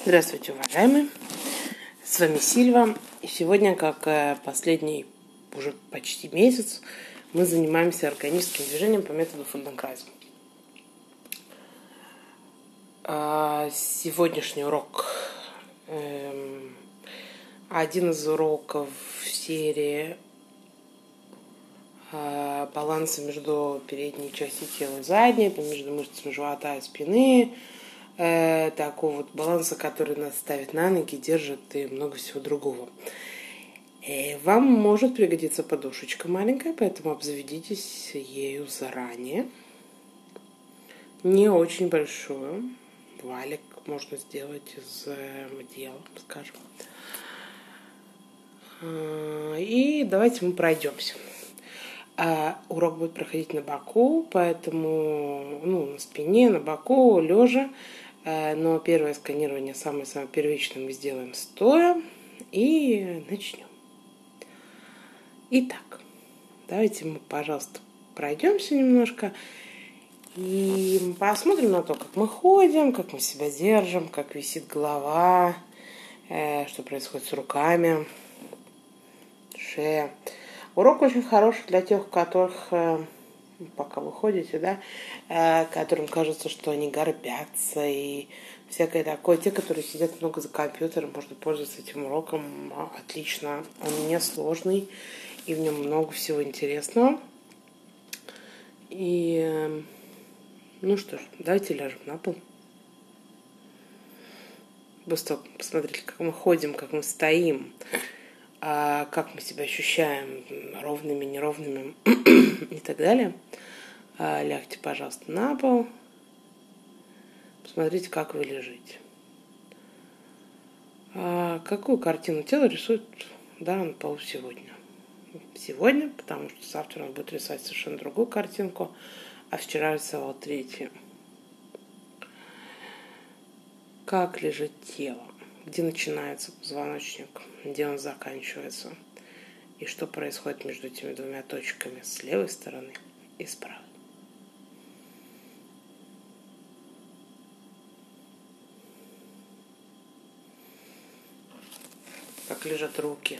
Здравствуйте, уважаемые! С вами Сильва. И сегодня, как последний уже почти месяц, мы занимаемся органическим движением по методу Фельденкрайза. Сегодняшний урок один из уроков в серии баланса между передней частью тела и задней, между мышцами живота и спины, такого вот баланса, который нас ставит на ноги, держит и много всего другого. Вам может пригодиться подушечка маленькая, поэтому обзаведитесь ею заранее. Не очень большую. Валик можно сделать из одеяла, скажем. И давайте мы пройдемся. Урок будет проходить на боку, поэтому на спине, на боку, лежа. Но первое сканирование, самое-самое первичное, мы сделаем стоя. И начнем. Итак, давайте мы, пожалуйста, пройдемся немножко. И посмотрим на то, как мы ходим, как мы себя держим, как висит голова, что происходит с руками, шея. Урок очень хороший для тех, у которых, пока вы ходите, которым кажется, что они горбятся и всякое такое. Те, которые сидят много за компьютером, можно пользоваться этим уроком отлично. Он не сложный, и в нем много всего интересного. И, что ж, давайте ляжем на пол. Просто посмотрите, как мы ходим, как мы стоим. Как мы себя ощущаем, ровными, неровными и так далее. Лягте, пожалуйста, на пол. Посмотрите, как вы лежите. Какую картину тела рисует на полу сегодня? Сегодня, потому что завтра он будет рисовать совершенно другую картинку, а вчера рисовал третью. Как лежит тело? Где начинается позвоночник, где он заканчивается, и что происходит между этими двумя точками с левой стороны и с правой. Как лежат руки,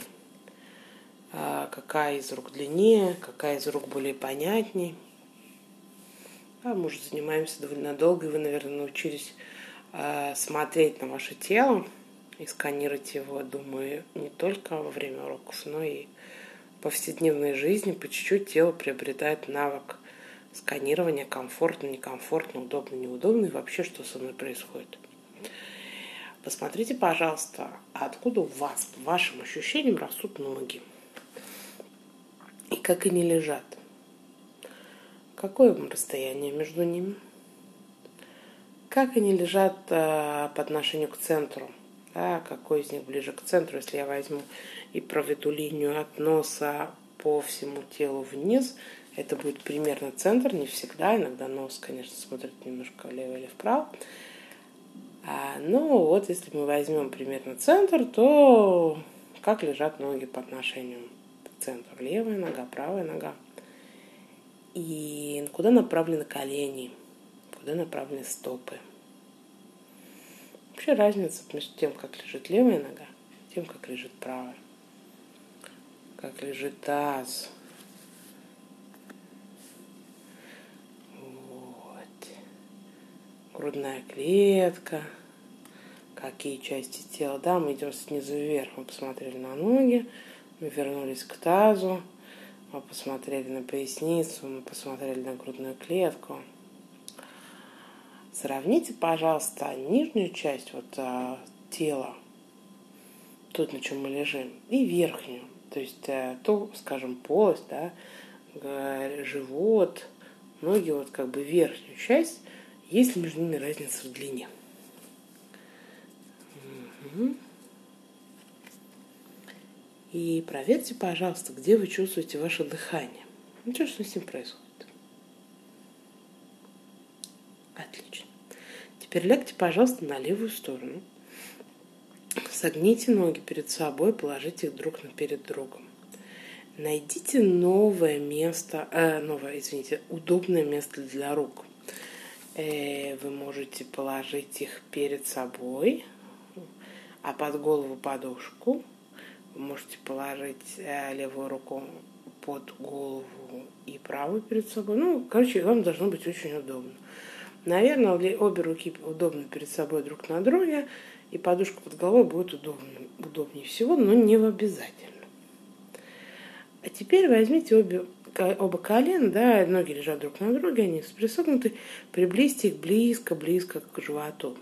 какая из рук длиннее, какая из рук более понятней. Мы уже занимаемся довольно долго, и вы, наверное, научились смотреть на ваше тело и сканировать его, думаю, не только во время уроков, но и в повседневной жизни. По чуть-чуть тело приобретает навык сканирования, комфортно, некомфортно, удобно, неудобно, и вообще, что со мной происходит. Посмотрите, пожалуйста, откуда у вас, по вашим ощущениям, растут ноги. И как они лежат. Какое расстояние между ними. Как они лежат по отношению к центру. Какой из них ближе к центру, если я возьму и проведу линию от носа по всему телу вниз, это будет примерно центр, не всегда, иногда нос, конечно, смотрит немножко влево или вправо. Если мы возьмем примерно центр, то как лежат ноги по отношению к центру? Левая нога, правая нога. И куда направлены колени, куда направлены стопы. Вообще разница между тем, как лежит левая нога, и тем, как лежит правая. Как лежит таз. Грудная клетка. Какие части тела. Мы идем снизу вверх. Мы посмотрели на ноги, мы вернулись к тазу, мы посмотрели на поясницу, мы посмотрели на грудную клетку. Сравните, пожалуйста, нижнюю часть тела, тут, на чем мы лежим, и верхнюю. То есть полость, живот, ноги, верхнюю часть. Есть ли между ними разница в длине? И проверьте, пожалуйста, где вы чувствуете ваше дыхание. Что с ним происходит? Отлично. Теперь лягте, пожалуйста, на левую сторону. Согните ноги перед собой, положите их друг перед другом. Найдите удобное место для рук. Вы можете положить их перед собой, а под голову подушку. Вы можете положить левую руку под голову и правую перед собой. Ну, короче, вам должно быть очень удобно. Наверное, обе руки удобны перед собой друг на друге, и подушка под головой будет удобнее всего, но не обязательно. А теперь возьмите оба колена, да, ноги лежат друг на друге, они присогнуты, приблизьте их близко к животу.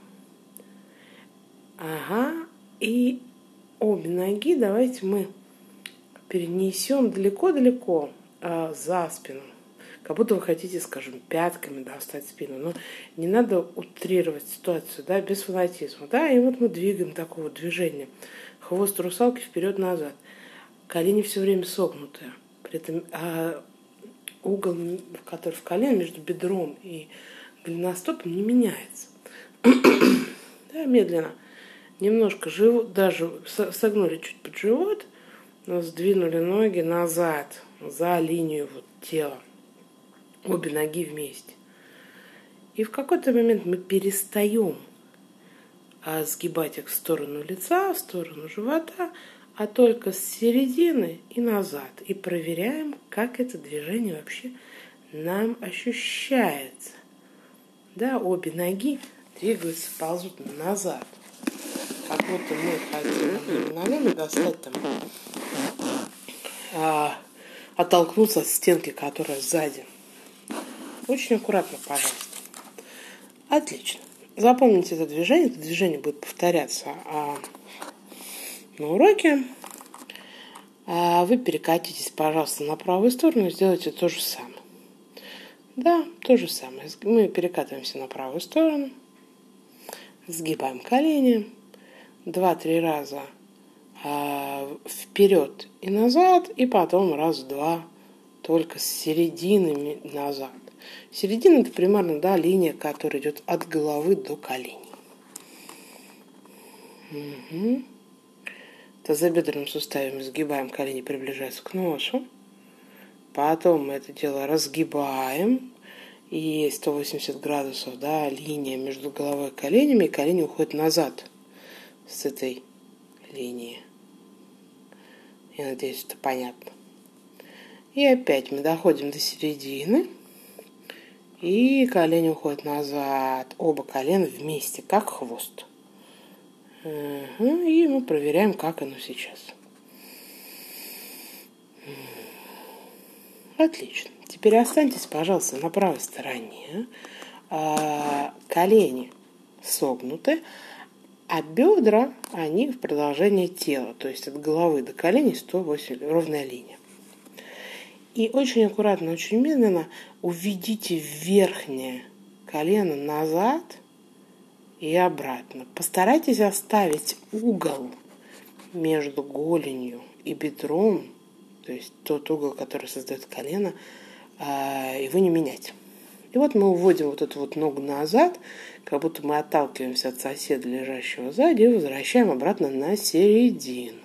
Ага, и обе ноги давайте мы перенесем далеко-далеко за спину. Как будто вы хотите, скажем, пятками достать спину. Но не надо утрировать ситуацию, да, без фанатизма. Да, и вот мы двигаем такого движения. Хвост русалки вперед-назад. Колени все время согнутые. При этом угол, который в колене между бедром и голеностопом, не меняется. Да, медленно. Немножко живот, даже согнули чуть под живот, но сдвинули ноги назад, за линию вот тела. Обе ноги вместе. И в какой-то момент мы перестаем сгибать их в сторону лица, в сторону живота, а только с середины и назад. И проверяем, как это движение вообще нам ощущается. Да, обе ноги двигаются, ползут назад. Как будто мы хотим одновременно достать там, оттолкнуться от стенки, которая сзади. Очень аккуратно, пожалуйста. Отлично. Запомните это движение будет повторяться на уроке. Вы перекатитесь, пожалуйста, на правую сторону и сделайте то же самое. Да, то же самое. Мы перекатываемся на правую сторону, сгибаем колени 2-3 раза вперед и назад, и потом раз-два только с середины назад. Середина — это примерно, да, линия, которая идет от головы до коленей. Угу. Тазобедренным суставом сгибаем колени, приближаясь к носу. Потом мы это дело разгибаем. И 180 градусов, да, линия между головой и коленями, и колени уходят назад с этой линии. Я надеюсь, это понятно. И опять мы доходим до середины. И колени уходят назад. Оба колена вместе, как хвост. И мы проверяем, как оно сейчас. Отлично. Теперь останьтесь, пожалуйста, на правой стороне. Колени согнуты, а бедра, они в продолжении тела. То есть от головы до коленей 108, ровная линия. И очень аккуратно, очень медленно уведите верхнее колено назад и обратно. Постарайтесь оставить угол между голенью и бедром, то есть тот угол, который создает колено, его не менять. И вот мы уводим вот эту вот ногу назад, как будто мы отталкиваемся от соседа, лежащего сзади, и возвращаем обратно на середину.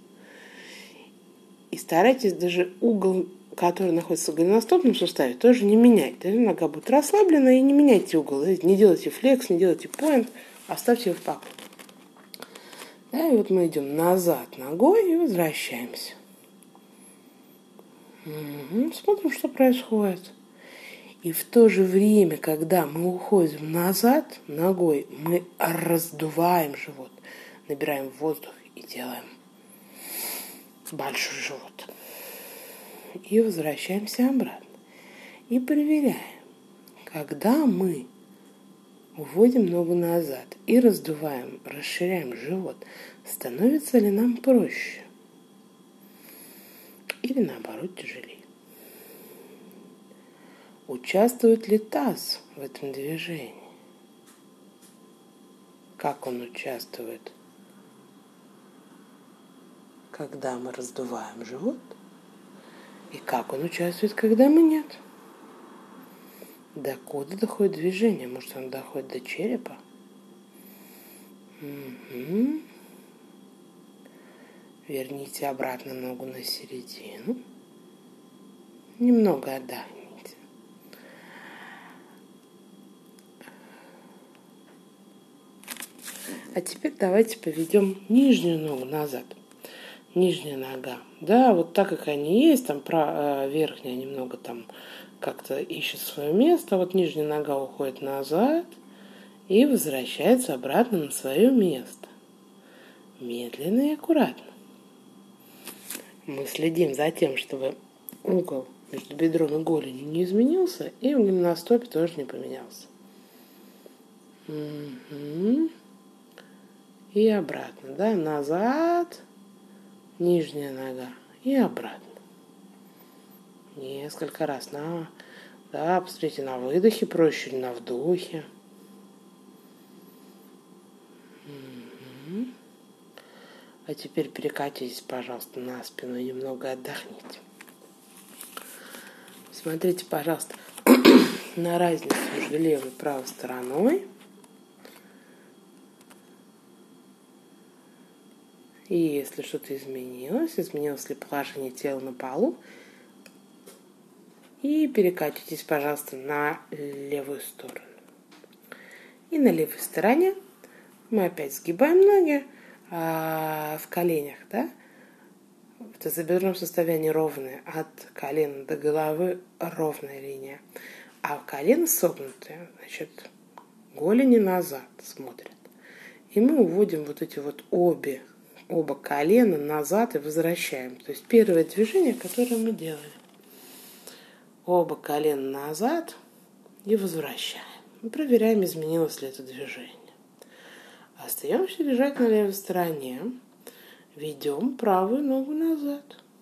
И старайтесь даже угол, который находится в голеностопном суставе, тоже не менять. Нога будет расслаблена, и не меняйте угол. Не делайте флекс, не делайте поинт, оставьте его в покое. Да, и вот мы идем назад ногой и возвращаемся. Смотрим, что происходит. И в то же время, когда мы уходим назад ногой, мы раздуваем живот, набираем воздух и делаем большой живот. И возвращаемся обратно. И проверяем, когда мы уводим ногу назад и раздуваем, расширяем живот, становится ли нам проще? Или наоборот тяжелее? Участвует ли таз в этом движении? Как он участвует, когда мы раздуваем живот? И как он участвует, когда мы нет? До куда доходит движение? Может, он доходит до черепа? Верните обратно ногу на середину. Немного отдохните. А теперь давайте поведем нижнюю ногу назад. Нижняя нога. Да, вот так как они есть, там верхняя немного там как-то ищет свое место. Вот нижняя нога уходит назад и возвращается обратно на свое место. Медленно и аккуратно. Мы следим за тем, чтобы угол между бедром и голенью не изменился, и в голеностопе тоже не поменялся. Угу. И обратно, да, назад, нижняя нога и обратно. Несколько раз. Да, посмотрите, на выдохе проще, на вдохе. Угу. А теперь перекатитесь, пожалуйста, на спину и немного отдохните. Смотрите, пожалуйста, на разницу между левой и правой стороной. И если что-то изменилось ли положение тела на полу, и перекатитесь, пожалуйста, на левую сторону. И на левой стороне мы опять сгибаем ноги в коленях, да? В тазобедренном суставе они ровные, от колена до головы ровная линия. А колено согнутые, значит, голени назад смотрят. И мы уводим вот эти вот оба колена назад и возвращаем. То есть первое движение, которое мы делали. Оба колена назад и возвращаем. Мы проверяем, изменилось ли это движение. Остаемся лежать на левой стороне. Ведем правую ногу назад,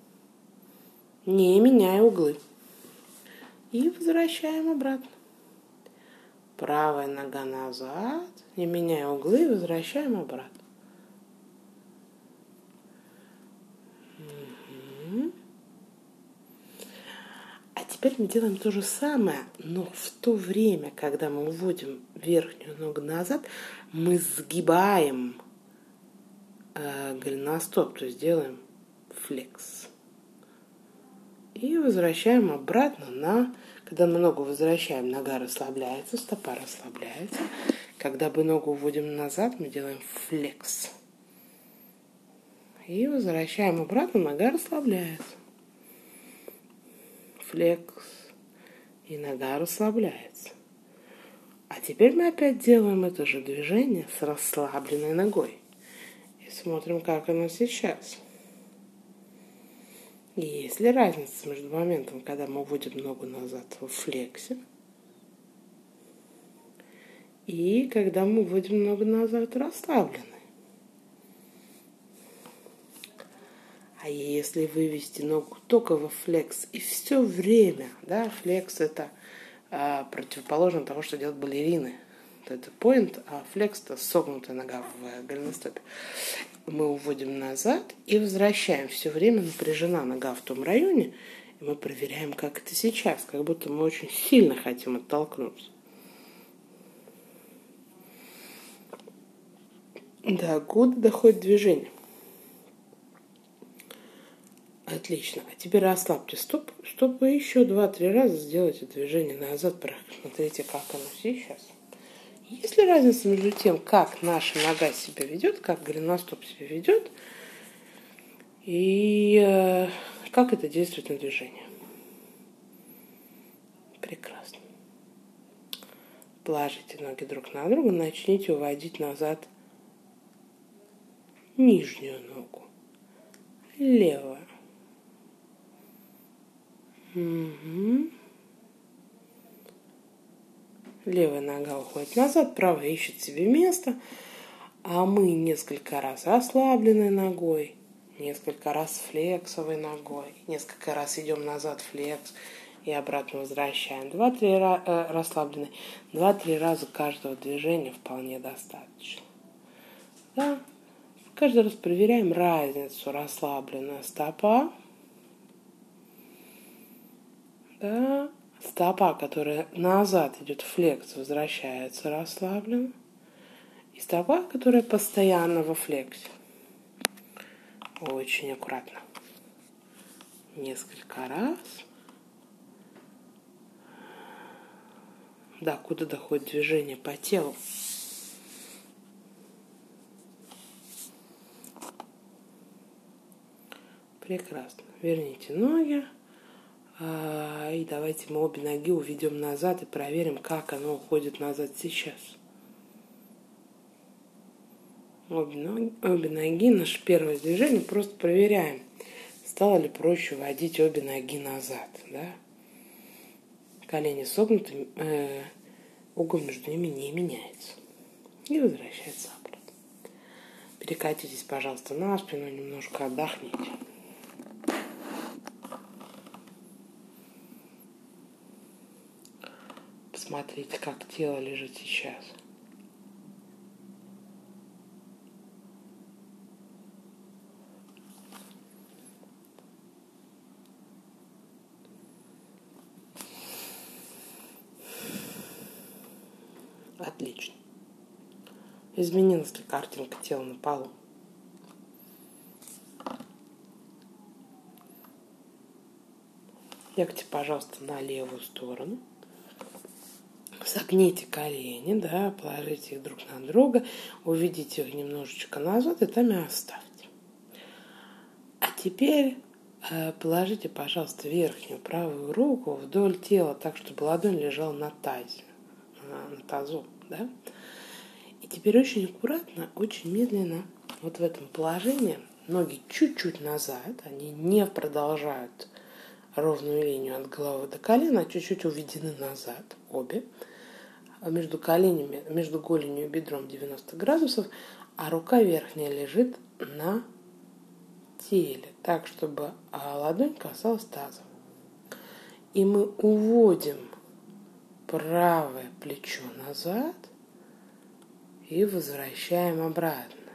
не меняя углы. И возвращаем обратно. Правая нога назад, не меняя углы, возвращаем обратно. Угу. А теперь мы делаем то же самое, но в то время, когда мы уводим верхнюю ногу назад, мы сгибаем голеностоп, то есть делаем флекс. И возвращаем обратно когда мы ногу возвращаем, нога расслабляется, стопа расслабляется. Когда мы ногу уводим назад, мы делаем флекс. И возвращаем обратно, нога расслабляется. Флекс. И нога расслабляется. А теперь мы опять делаем это же движение с расслабленной ногой. И смотрим, как оно сейчас. И есть ли разница между моментом, когда мы уводим ногу назад в флексе, и когда мы уводим ногу назад расслабленной? А если вывести ногу только во флекс и все время, да, флекс это противоположно того, что делают балерины. Это поинт, а флекс это согнутая нога в голеностопе. Мы уводим назад и возвращаем. Все время напряжена нога в том районе, и мы проверяем, как это сейчас, как будто мы очень сильно хотим оттолкнуться. До куда доходит движение? Отлично. А теперь расслабьте стопы еще 2-3 раза сделайте движение назад. Посмотрите, как оно сейчас. Есть ли разница между тем, как наша нога себя ведет, как голеностоп себя ведет, и как это действует на движение? Прекрасно. Положите ноги друг на друга, начните уводить назад нижнюю ногу, левую. Угу. Левая нога уходит назад, правая ищет себе место, а мы несколько раз расслабленной ногой, несколько раз флексовой ногой, несколько раз идем назад флекс и обратно возвращаем. 2-3 расслабленной, 2-3 раза каждого движения вполне достаточно. Да? Каждый раз проверяем разницу. Расслабленная стопа. Да? Стопа, которая назад идет флекс, возвращается расслабленно. И стопа, которая постоянно во флексе. Очень аккуратно. Несколько раз. Да, куда доходит движение по телу. Прекрасно. Верните ноги. И давайте мы обе ноги уведем назад и проверим, как оно уходит назад сейчас. Обе ноги, наше первое движение, просто проверяем, стало ли проще водить обе ноги назад. Да? Колени согнуты, угол между ними не меняется. И возвращается обратно. Перекатитесь, пожалуйста, на спину, немножко отдохните. Посмотрите, как тело лежит сейчас. Отлично. Изменилась ли картинка тела на полу? Лягте, пожалуйста, на левую сторону. Согните колени, да, положите их друг на друга, уведите их немножечко назад и там и оставьте. А теперь положите, пожалуйста, верхнюю правую руку вдоль тела, так, чтобы ладонь лежала на тазе, на тазу, да. И теперь очень аккуратно, очень медленно, вот в этом положении, ноги чуть-чуть назад, они не продолжают ровную линию от головы до колена, а чуть-чуть уведены назад, обе. Между коленями, между голенью и бедром 90 градусов, а рука верхняя лежит на теле, так, чтобы ладонь касалась таза. И мы уводим правое плечо назад и возвращаем обратно.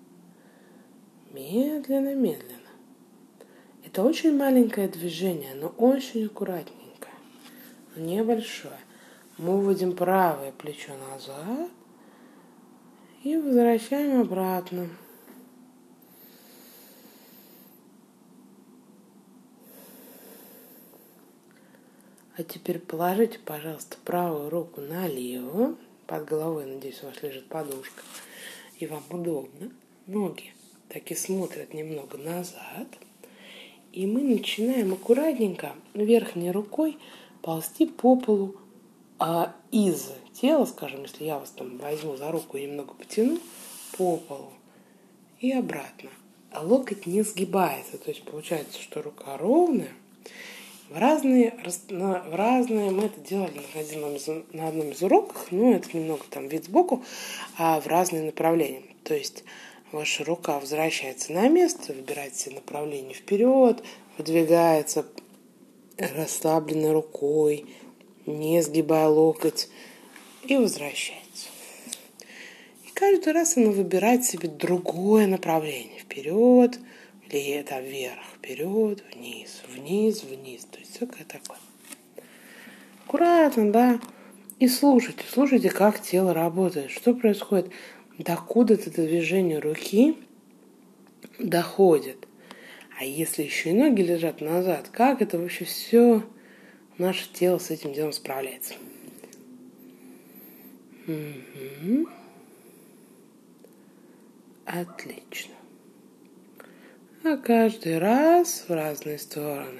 Медленно, медленно. Это очень маленькое движение, но очень аккуратненькое, небольшое. Мы уводим правое плечо назад и возвращаем обратно. А теперь положите, пожалуйста, правую руку на левую. Под головой, надеюсь, у вас лежит подушка. И вам удобно. Ноги так и смотрят немного назад. И мы начинаем аккуратненько верхней рукой ползти по полу из тела, скажем, если я вас там возьму за руку и немного потяну по полу и обратно. А локоть не сгибается. То есть получается, что рука ровная. В разные мы это делали на одном из уроков, это немного там вид сбоку, а в разные направления. То есть ваша рука возвращается на место, выбирает себе направление вперед, выдвигается расслабленной рукой, не сгибая локоть, и возвращается. И каждый раз она выбирает себе другое направление. Вперед, или это вверх, вперед, вниз, вниз, вниз. То есть всякое такое. Аккуратно, да. И слушайте, как тело работает, что происходит, докуда это движение руки доходит. А если еще и ноги лежат назад, как это вообще все наше тело с этим делом справляется? Угу. Отлично. А каждый раз в разные стороны.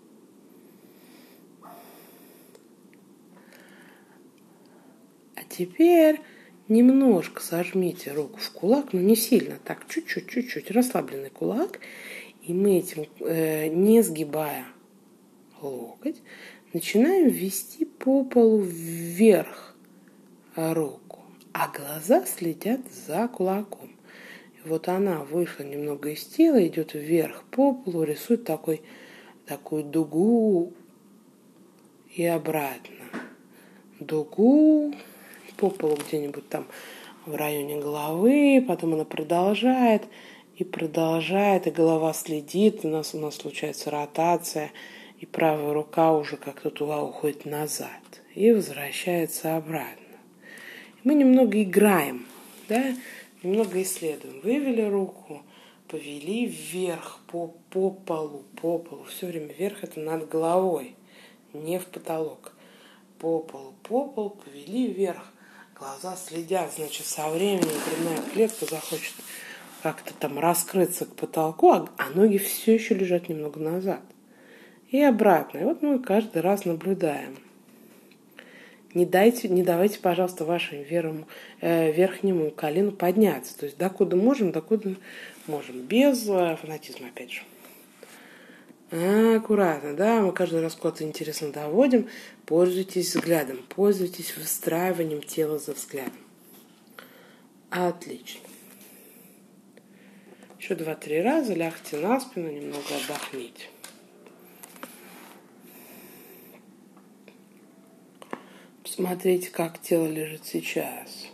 А теперь немножко сожмите руку в кулак, но не сильно, так чуть-чуть, расслабленный кулак. И мы этим, не сгибая локоть, начинаем вести по полу вверх руку, а глаза следят за кулаком. И вот она вышла немного из тела, идет вверх по полу, рисует такую дугу и обратно. Дугу по полу где-нибудь там в районе головы, потом она продолжает, и голова следит, у нас случается ротация, и правая рука уже как-то туда уходит назад и возвращается обратно. Мы немного играем, да, немного исследуем. Вывели руку, повели вверх по полу, все время вверх, это над головой, не в потолок. По полу, повели вверх. Глаза следят, значит, со временем грудная клетка захочет как-то там раскрыться к потолку, а ноги все еще лежат немного назад. И обратно. И вот мы каждый раз наблюдаем. Не давайте, пожалуйста, вашему верхнему колену подняться. То есть докуда можем, без фанатизма, опять же. Аккуратно, да, мы каждый раз куда-то интересно доводим. Пользуйтесь взглядом, пользуйтесь выстраиванием тела за взглядом. Отлично. Еще 2-3 раза лягте на спину, немного отдохните. Посмотрите, как тело лежит сейчас.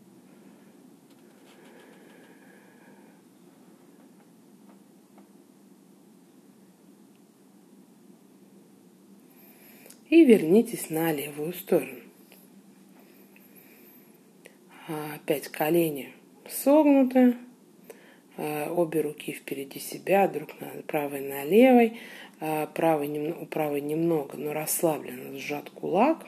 И вернитесь на левую сторону. Опять колени согнуты, обе руки впереди себя, правой на левой. У правой немного, но расслабленно сжат кулак.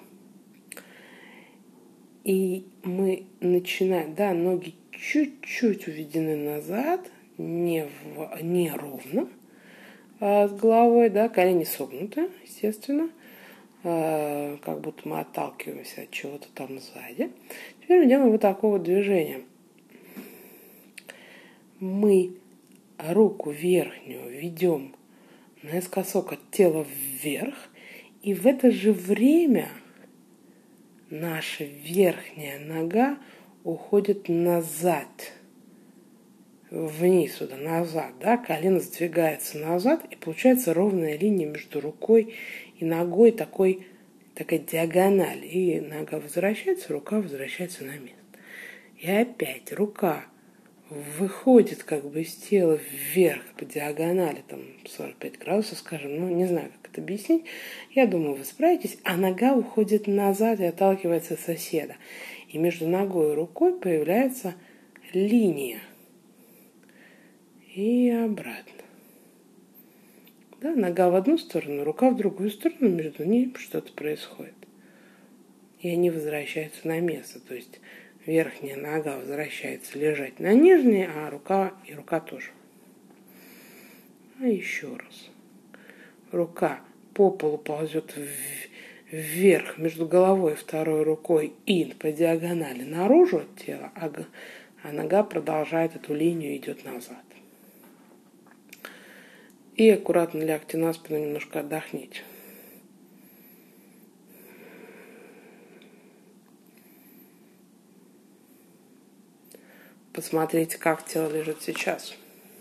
И мы начинаем, да, ноги чуть-чуть уведены назад, не ровно с головой, да, колени согнуты, естественно. Как будто мы отталкиваемся от чего-то там сзади. Теперь мы делаем вот такого движения. Мы руку верхнюю ведем наискосок от тела вверх, и в это же время наша верхняя нога уходит назад, вниз сюда, назад, да, колено сдвигается назад, и получается ровная линия между рукой и ногой, такая диагональ. И нога возвращается, рука возвращается на место. И опять рука выходит как бы из тела вверх по диагонали, там 45 градусов, скажем, ну, не знаю, как это объяснить. Я думаю, вы справитесь. А нога уходит назад и отталкивается от соседа. И между ногой и рукой появляется линия. И обратно. Да, нога в одну сторону, рука в другую сторону, между ними что-то происходит. И они возвращаются на место. То есть верхняя нога возвращается лежать на нижней, а рука тоже. А еще раз. Рука по полу ползет вверх между головой и второй рукой и по диагонали наружу от тела, а нога продолжает эту линию и идет назад. И аккуратно лягте на спину, немножко отдохните. Посмотрите, как тело лежит сейчас.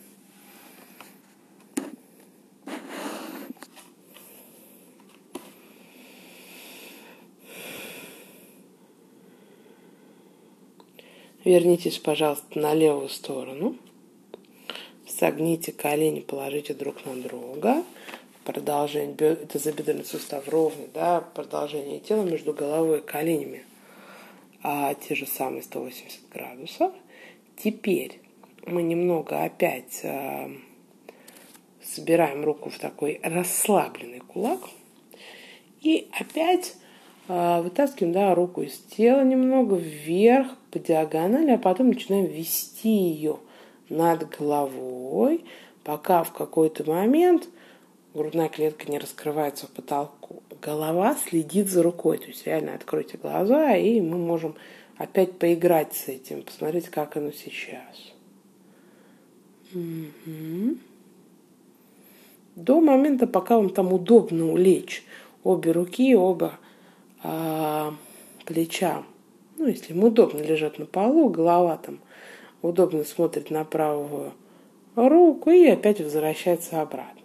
Вернитесь, пожалуйста, на левую сторону. Согните колени, положите друг на друга. Продолжение, это тазобедренный сустав ровный, да, продолжение тела между головой и коленями. Те же самые 180 градусов. Теперь мы немного опять собираем руку в такой расслабленный кулак. И опять вытаскиваем, да, руку из тела немного вверх по диагонали, а потом начинаем вести ее над головой, пока в какой-то момент грудная клетка не раскрывается в потолку. Голова следит за рукой, то есть реально откройте глаза, и мы можем опять поиграть с этим, посмотреть, как оно сейчас. До момента, пока вам там удобно улечь обе руки, оба плеча. Ну, если им удобно лежат на полу, голова там удобно смотрит на правую руку и опять возвращается обратно.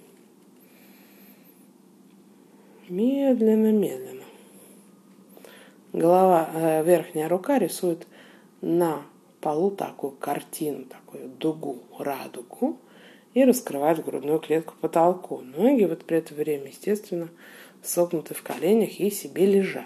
Медленно, медленно. Верхняя рука рисует на полу такую картину, такую дугу, радугу, и раскрывает грудную клетку к потолку. Ноги вот при это время, естественно, согнуты в коленях и себе лежат.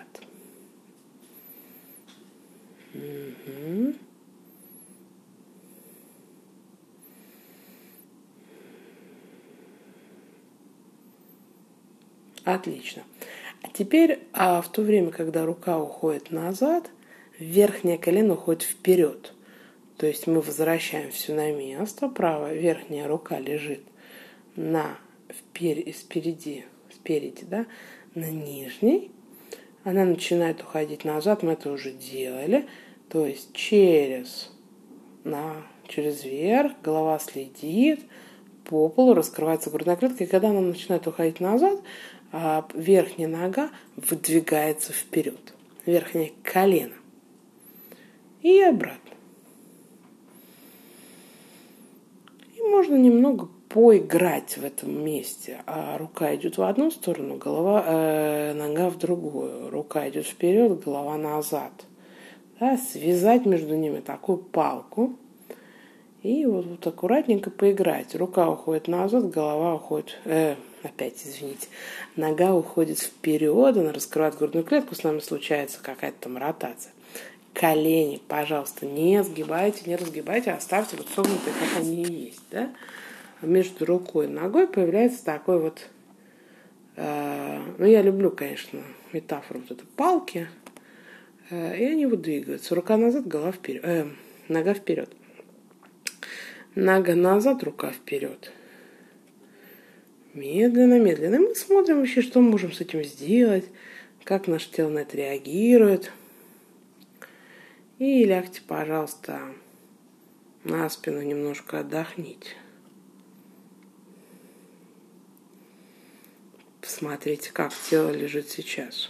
Отлично. А теперь, в то время, когда рука уходит назад, верхнее колено уходит вперед. То есть мы возвращаем все на место. Правая верхняя рука лежит спереди, да, на нижней. Она начинает уходить назад, мы это уже делали. То есть через верх, голова следит, по полу раскрывается грудная клетка. И когда она начинает уходить назад, верхняя нога выдвигается вперед. Верхнее колено. И обратно. И можно немного поиграть в этом месте. Рука идет в одну сторону, нога в другую. Рука идет вперед, голова назад. Да, связать между ними такую палку. И вот аккуратненько поиграть. Рука уходит назад, голова уходит... Нога уходит вперед, она раскрывает грудную клетку, с нами случается какая-то там ротация. Колени, пожалуйста, не сгибайте, не разгибайте, оставьте вот согнутые, как они и есть. Да? Между рукой и ногой появляется такой вот... я люблю, конечно, метафору вот этой палки. И они вот двигаются. Рука назад, нога вперед. Нога назад, рука вперед. Медленно, медленно. Мы смотрим вообще, что мы можем с этим сделать, как наше тело на это реагирует. И лягте, пожалуйста, на спину, немножко отдохните. Посмотрите, как тело лежит сейчас.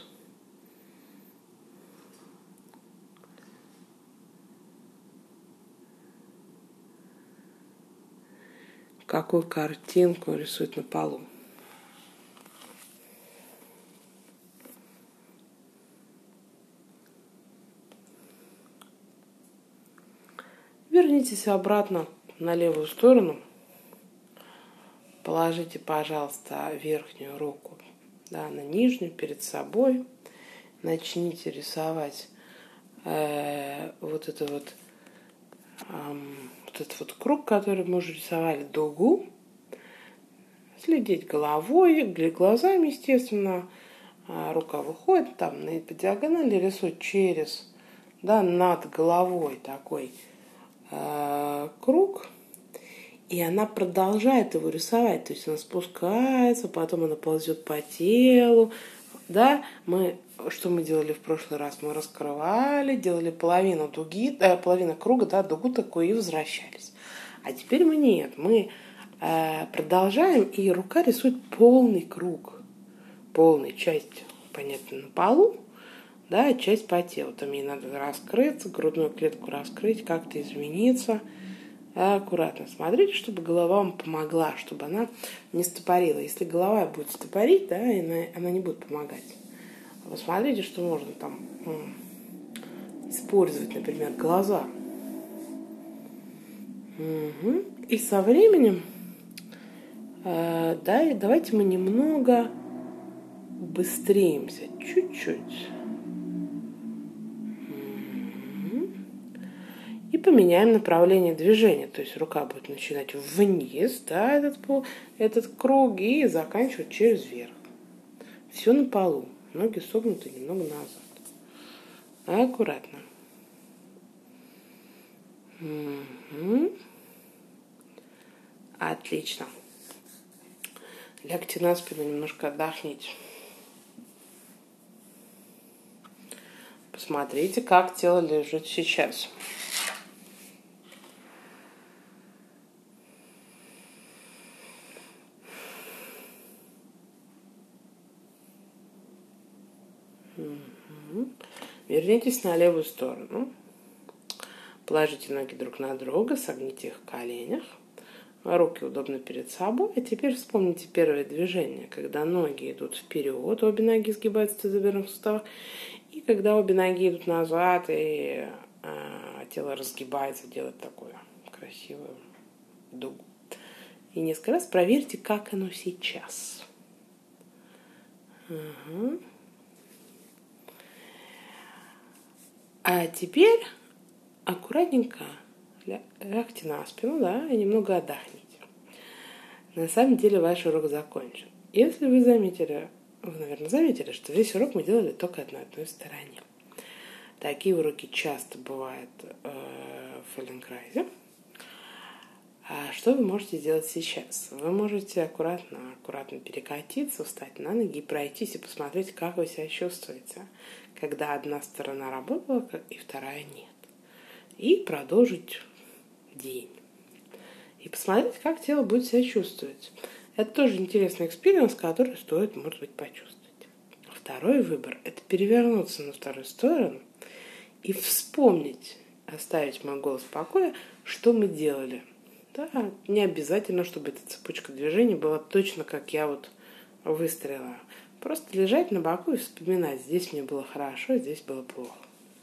Какую картинку рисует на полу. Вернитесь обратно на левую сторону. Положите, пожалуйста, верхнюю руку на нижнюю перед собой. Начните рисовать вот этот круг, который мы уже рисовали, дугу. Следить головой, глазами, естественно. Рука выходит там по диагонали, рисует над головой такой круг. И она продолжает его рисовать. То есть она спускается, потом она ползет по телу. Да, что мы делали в прошлый раз? Мы раскрывали, делали половину круга, дугу такую и возвращались. А теперь мы продолжаем, и рука рисует полный круг. Полная часть, понятно, на полу, да, часть по телу. Там ей надо раскрыться, грудную клетку раскрыть, как-то измениться. Аккуратно смотрите, чтобы голова вам помогла, чтобы она не стопорила. Если голова будет стопорить, да, она не будет помогать. Посмотрите, что можно там использовать, например, глаза. Угу. И со временем давайте мы немного быстреемся, чуть-чуть. И поменяем направление движения. То есть рука будет начинать вниз, да, этот круг, и заканчивать через верх. Все на полу. Ноги согнуты немного назад. Аккуратно. Угу. Отлично. Лягте на спину, немножко отдохните. Посмотрите, как тело лежит сейчас. Вернитесь на левую сторону. Положите ноги друг на друга, согните их в коленях. Руки удобно перед собой. А теперь вспомните первое движение, когда ноги идут вперед, обе ноги сгибаются в тазобедренных суставах. И когда обе ноги идут назад, и тело разгибается, делает такую красивую дугу. И несколько раз проверьте, как оно сейчас. Угу. А теперь аккуратненько лягте на спину, да, и немного отдохните. На самом деле ваш урок закончен. Если вы наверное, заметили, что весь урок мы делали только на одной стороне. Такие уроки часто бывают Фелленкрайзе. А что вы можете сделать сейчас? Вы можете аккуратно перекатиться, встать на ноги и пройтись и посмотреть, как вы себя чувствуете, когда одна сторона работала и вторая нет. И продолжить день. И посмотреть, как тело будет себя чувствовать. Это тоже интересный экспириенс, который стоит, может быть, почувствовать. Второй выбор – это перевернуться на вторую сторону и вспомнить, оставить мой голос в покое, что мы делали. Да, не обязательно, чтобы эта цепочка движений была точно, как я вот выстрелила. Просто лежать на боку и вспоминать, здесь мне было хорошо, здесь было плохо.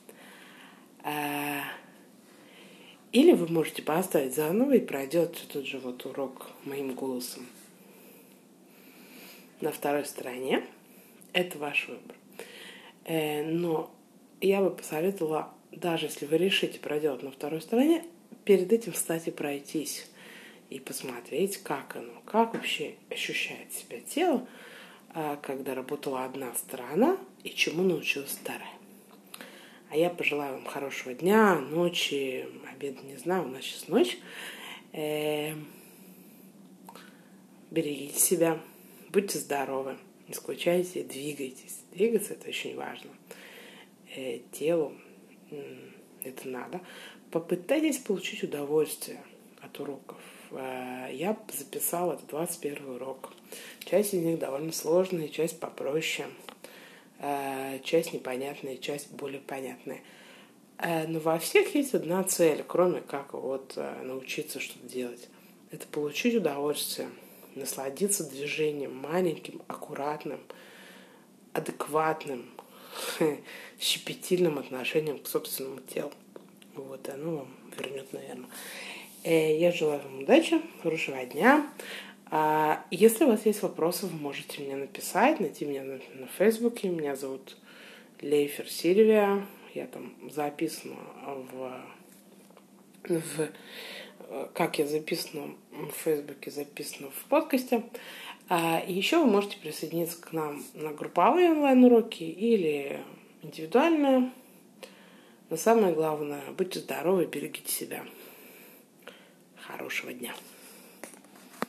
Или вы можете поставить заново и пройдет тот же вот урок моим голосом. На второй стороне это ваш выбор. Но я бы посоветовала, даже если вы решите проделать на второй стороне, перед этим встать и пройтись. И посмотреть, как оно, как вообще ощущает себя тело, когда работала одна сторона и чему научилась вторая. А я пожелаю вам хорошего дня, ночи, обеда, не знаю, у нас сейчас ночь. Берегите себя, будьте здоровы, не скучайте, двигайтесь. Двигаться – это очень важно. Телу это надо. Попытайтесь получить удовольствие от уроков. Я записала это 21 урок. Часть из них довольно сложная, часть попроще, часть непонятная, часть более понятная. Но во всех есть одна цель, кроме как вот научиться что-то делать. Это получить удовольствие, насладиться движением маленьким, аккуратным, адекватным, щепетильным отношением к собственному телу. Вот, оно вам вернет, наверное. Я желаю вам удачи, хорошего дня. Если у вас есть вопросы, вы можете мне написать, найти меня на Фейсбуке. Меня зовут Лейфер Сильвия. Я там записана как я записана в Фейсбуке, записана в подкасте. И еще вы можете присоединиться к нам на групповые онлайн-уроки или индивидуальные. Но самое главное, будьте здоровы, берегите себя. Хорошего дня.